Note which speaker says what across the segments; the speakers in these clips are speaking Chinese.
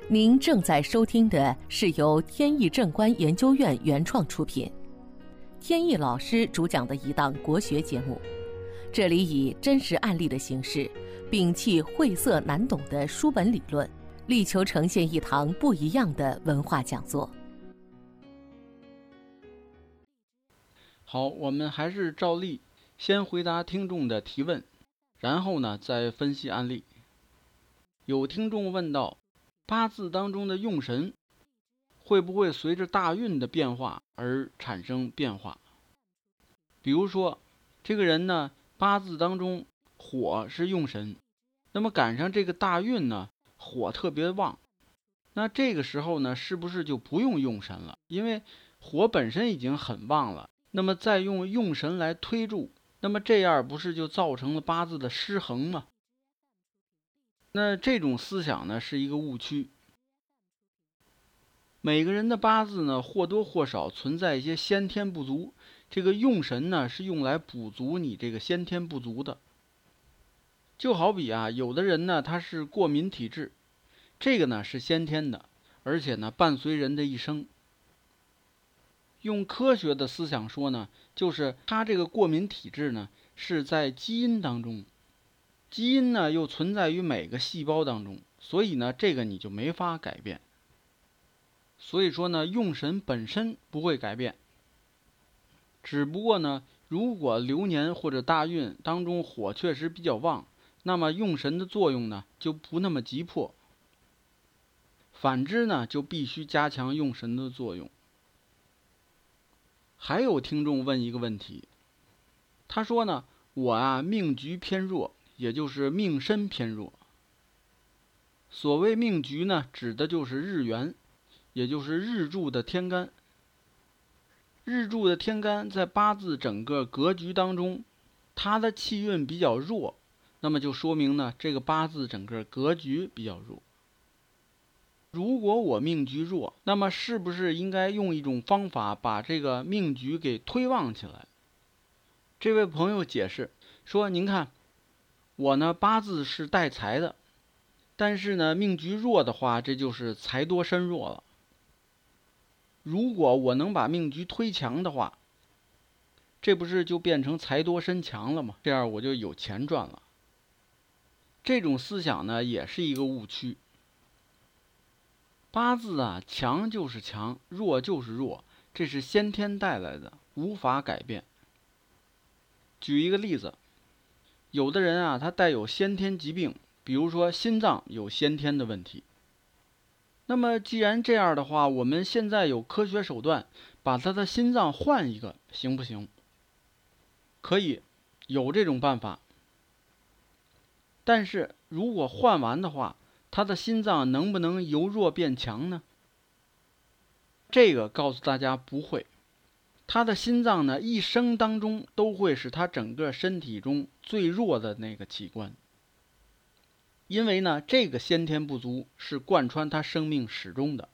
Speaker 1: 您正在收听的是由天意正观研究院原创出品，天意老师主讲的一档国学节目。这里以真实案例的形式，摒弃晦涩难懂的书本理论，力求呈现一堂不一样的文化讲座。
Speaker 2: 好，我们还是照例先回答听众的提问，然后呢再分析案例。有听众问到，八字当中的用神会不会随着大运的变化而产生变化？比如说这个人呢，八字当中火是用神，那么赶上这个大运呢，火特别旺，那这个时候呢，是不是就不用神了？因为火本身已经很旺了，那么再用神来推助，那么这样不是就造成了八字的失衡吗？那这种思想呢，是一个误区。每个人的八字呢，或多或少存在一些先天不足，这个用神呢，是用来补足你这个先天不足的。就好比有的人呢，他是过敏体质，这个呢是先天的，而且呢伴随人的一生。用科学的思想说呢，就是他这个过敏体质呢，是在基因当中，基因呢又存在于每个细胞当中，所以呢这个你就没法改变。所以说呢，用神本身不会改变，只不过呢，如果流年或者大运当中火确实比较旺，那么用神的作用呢就不那么急迫，反之呢就必须加强用神的作用。还有听众问一个问题，他说呢，我命局偏弱，也就是命身偏弱。所谓命局呢，指的就是日元，也就是日柱的天干。日柱的天干在八字整个格局当中，它的气运比较弱，那么就说明呢，这个八字整个格局比较弱。如果我命局弱，那么是不是应该用一种方法把这个命局给推旺起来？这位朋友解释说，您看我呢八字是带财的，但是呢命局弱的话，这就是财多身弱了。如果我能把命局推强的话，这不是就变成财多身强了吗？这样我就有钱赚了。这种思想呢也是一个误区。八字强就是强，弱就是弱，这是先天带来的，无法改变。举一个例子，有的人他带有先天疾病，比如说心脏有先天的问题。那么既然这样的话，我们现在有科学手段把他的心脏换一个，行不行？可以，有这种办法。但是如果换完的话，他的心脏能不能由弱变强呢？这个告诉大家不会。他的心脏呢，一生当中都会是他整个身体中最弱的那个器官。因为呢，这个先天不足是贯穿他生命始终的。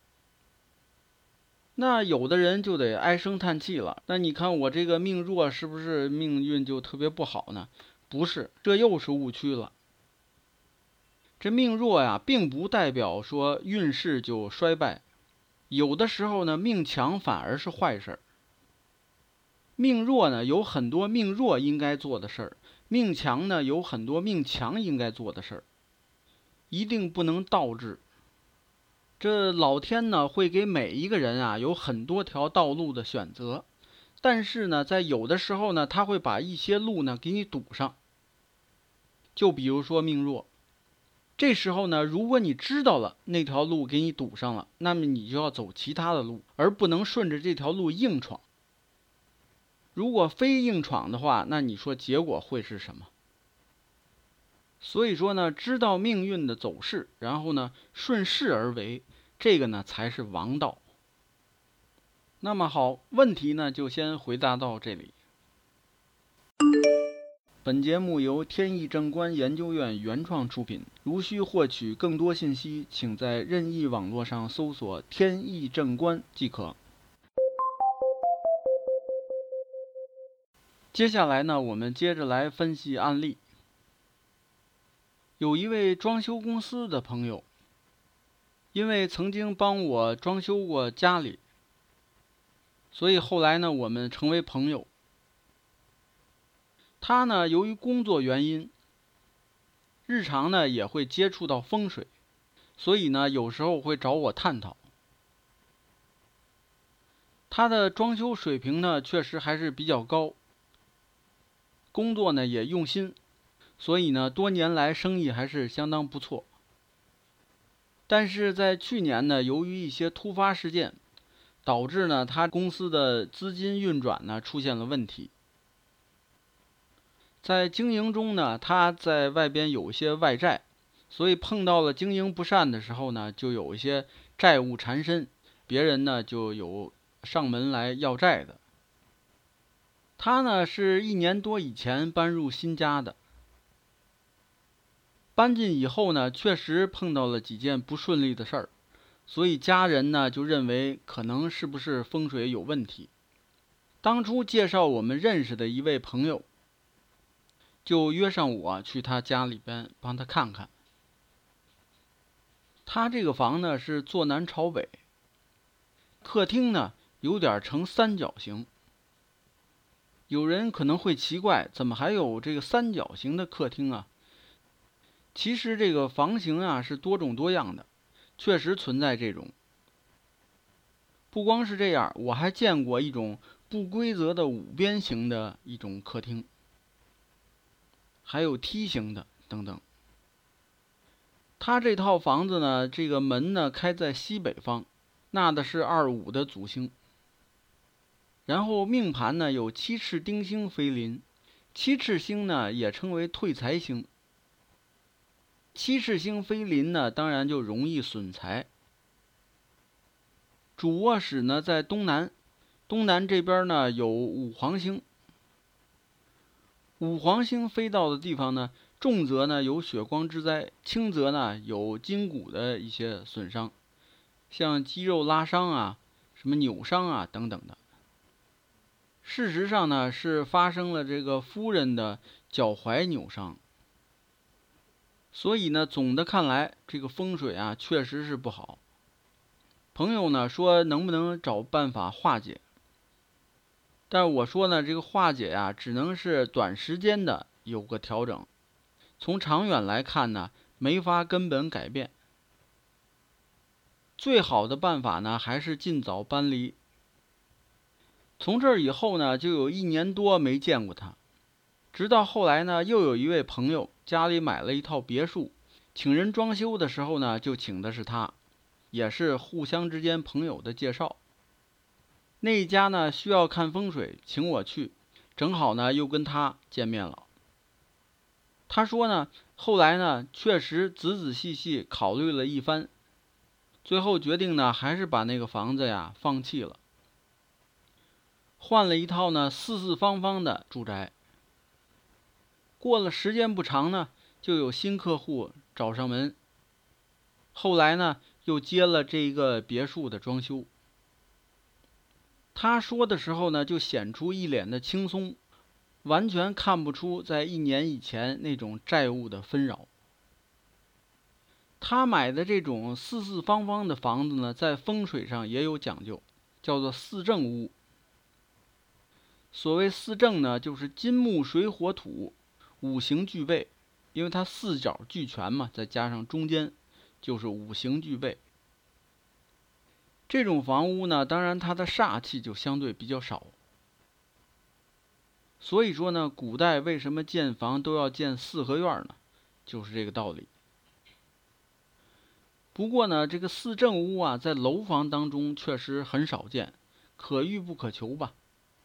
Speaker 2: 那有的人就得唉声叹气了，那你看我这个命弱，是不是命运就特别不好呢？不是，这又是误区了。这命弱并不代表说运势就衰败，有的时候呢，命强反而是坏事。命弱呢，有很多命弱应该做的事儿，命强呢，有很多命强应该做的事儿，一定不能倒置。这老天呢，会给每一个人有很多条道路的选择，但是呢，在有的时候呢，他会把一些路呢给你堵上。就比如说命弱，这时候呢，如果你知道了那条路给你堵上了，那么你就要走其他的路，而不能顺着这条路硬闯。如果非硬闯的话，那你说结果会是什么？所以说呢，知道命运的走势，然后呢顺势而为，这个呢才是王道。那么好，问题呢就先回答到这里。本节目由天意正观研究院原创出品，如需获取更多信息，请在任意网络上搜索天意正观即可。接下来呢，我们接着来分析案例。有一位装修公司的朋友， 因为曾经帮我装修过家里，所以后来呢，我们成为朋友。他呢，由于工作原因，日常呢也会接触到风水，所以呢，有时候会找我探讨。他的装修水平呢，确实还是比较高，工作呢也用心，所以呢，多年来生意还是相当不错。但是在去年呢，由于一些突发事件，导致呢他公司的资金运转呢出现了问题。在经营中呢，他在外边有一些外债，所以碰到了经营不善的时候呢，就有一些债务缠身，别人呢就有上门来要债的。他呢是1年多以前搬入新家的，搬进以后呢，确实碰到了几件不顺利的事儿，所以家人呢就认为可能是不是风水有问题。当初介绍我们认识的一位朋友，就约上我去他家里边帮他看看。他这个房呢是坐南朝北，客厅呢有点呈三角形。有人可能会奇怪，怎么还有这个三角形的客厅啊？其实这个房型啊是多种多样的，确实存在这种。不光是这样，我还见过一种不规则的五边形的一种客厅，还有梯形的等等。他这套房子呢，这个门呢开在西北方，纳的是25的祖星。然后命盘呢有7赤丁星飞临，7赤星呢也称为退财星。7赤星飞临呢，当然就容易损财。主卧室呢在东南，东南这边呢有5黄星。5黄星飞到的地方呢，重则呢有血光之灾，轻则呢有筋骨的一些损伤，像肌肉拉伤啊、什么扭伤啊等等的。事实上呢，是发生了这个夫人的脚踝扭伤。所以呢，总的看来，这个风水啊，确实是不好。朋友呢说能不能找办法化解？但是我说呢，这个化解呀，只能是短时间的有个调整，从长远来看呢，没法根本改变。最好的办法呢，还是尽早搬离。从这儿以后呢，就有1年多没见过他，直到后来呢，又有一位朋友家里买了一套别墅，请人装修的时候呢，就请的是他，也是互相之间朋友的介绍。那一家呢需要看风水，请我去，正好呢又跟他见面了。他说呢，后来呢确实仔仔细细考虑了一番，最后决定呢还是把那个房子呀放弃了。换了一套呢四四方方的住宅。过了时间不长呢，就有新客户找上门。后来呢，又接了这个别墅的装修。他说的时候呢，就显出一脸的轻松，完全看不出在1年以前那种债务的纷扰。他买的这种四四方方的房子呢，在风水上也有讲究，叫做四正屋。所谓四正呢，就是金木水火土5行具备，因为它4角俱全嘛，再加上中间就是5行具备。这种房屋呢，当然它的煞气就相对比较少。所以说呢，古代为什么建房都要建4合院呢？就是这个道理。不过呢，这个四正屋啊，在楼房当中确实很少见，可遇不可求吧。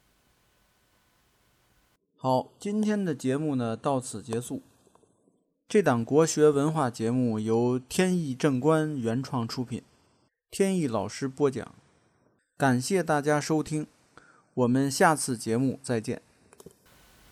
Speaker 2: 好，今天的节目呢到此结束。这档国学文化节目由天意正观原创出品，天意老师播讲，感谢大家收听，我们下次节目再见。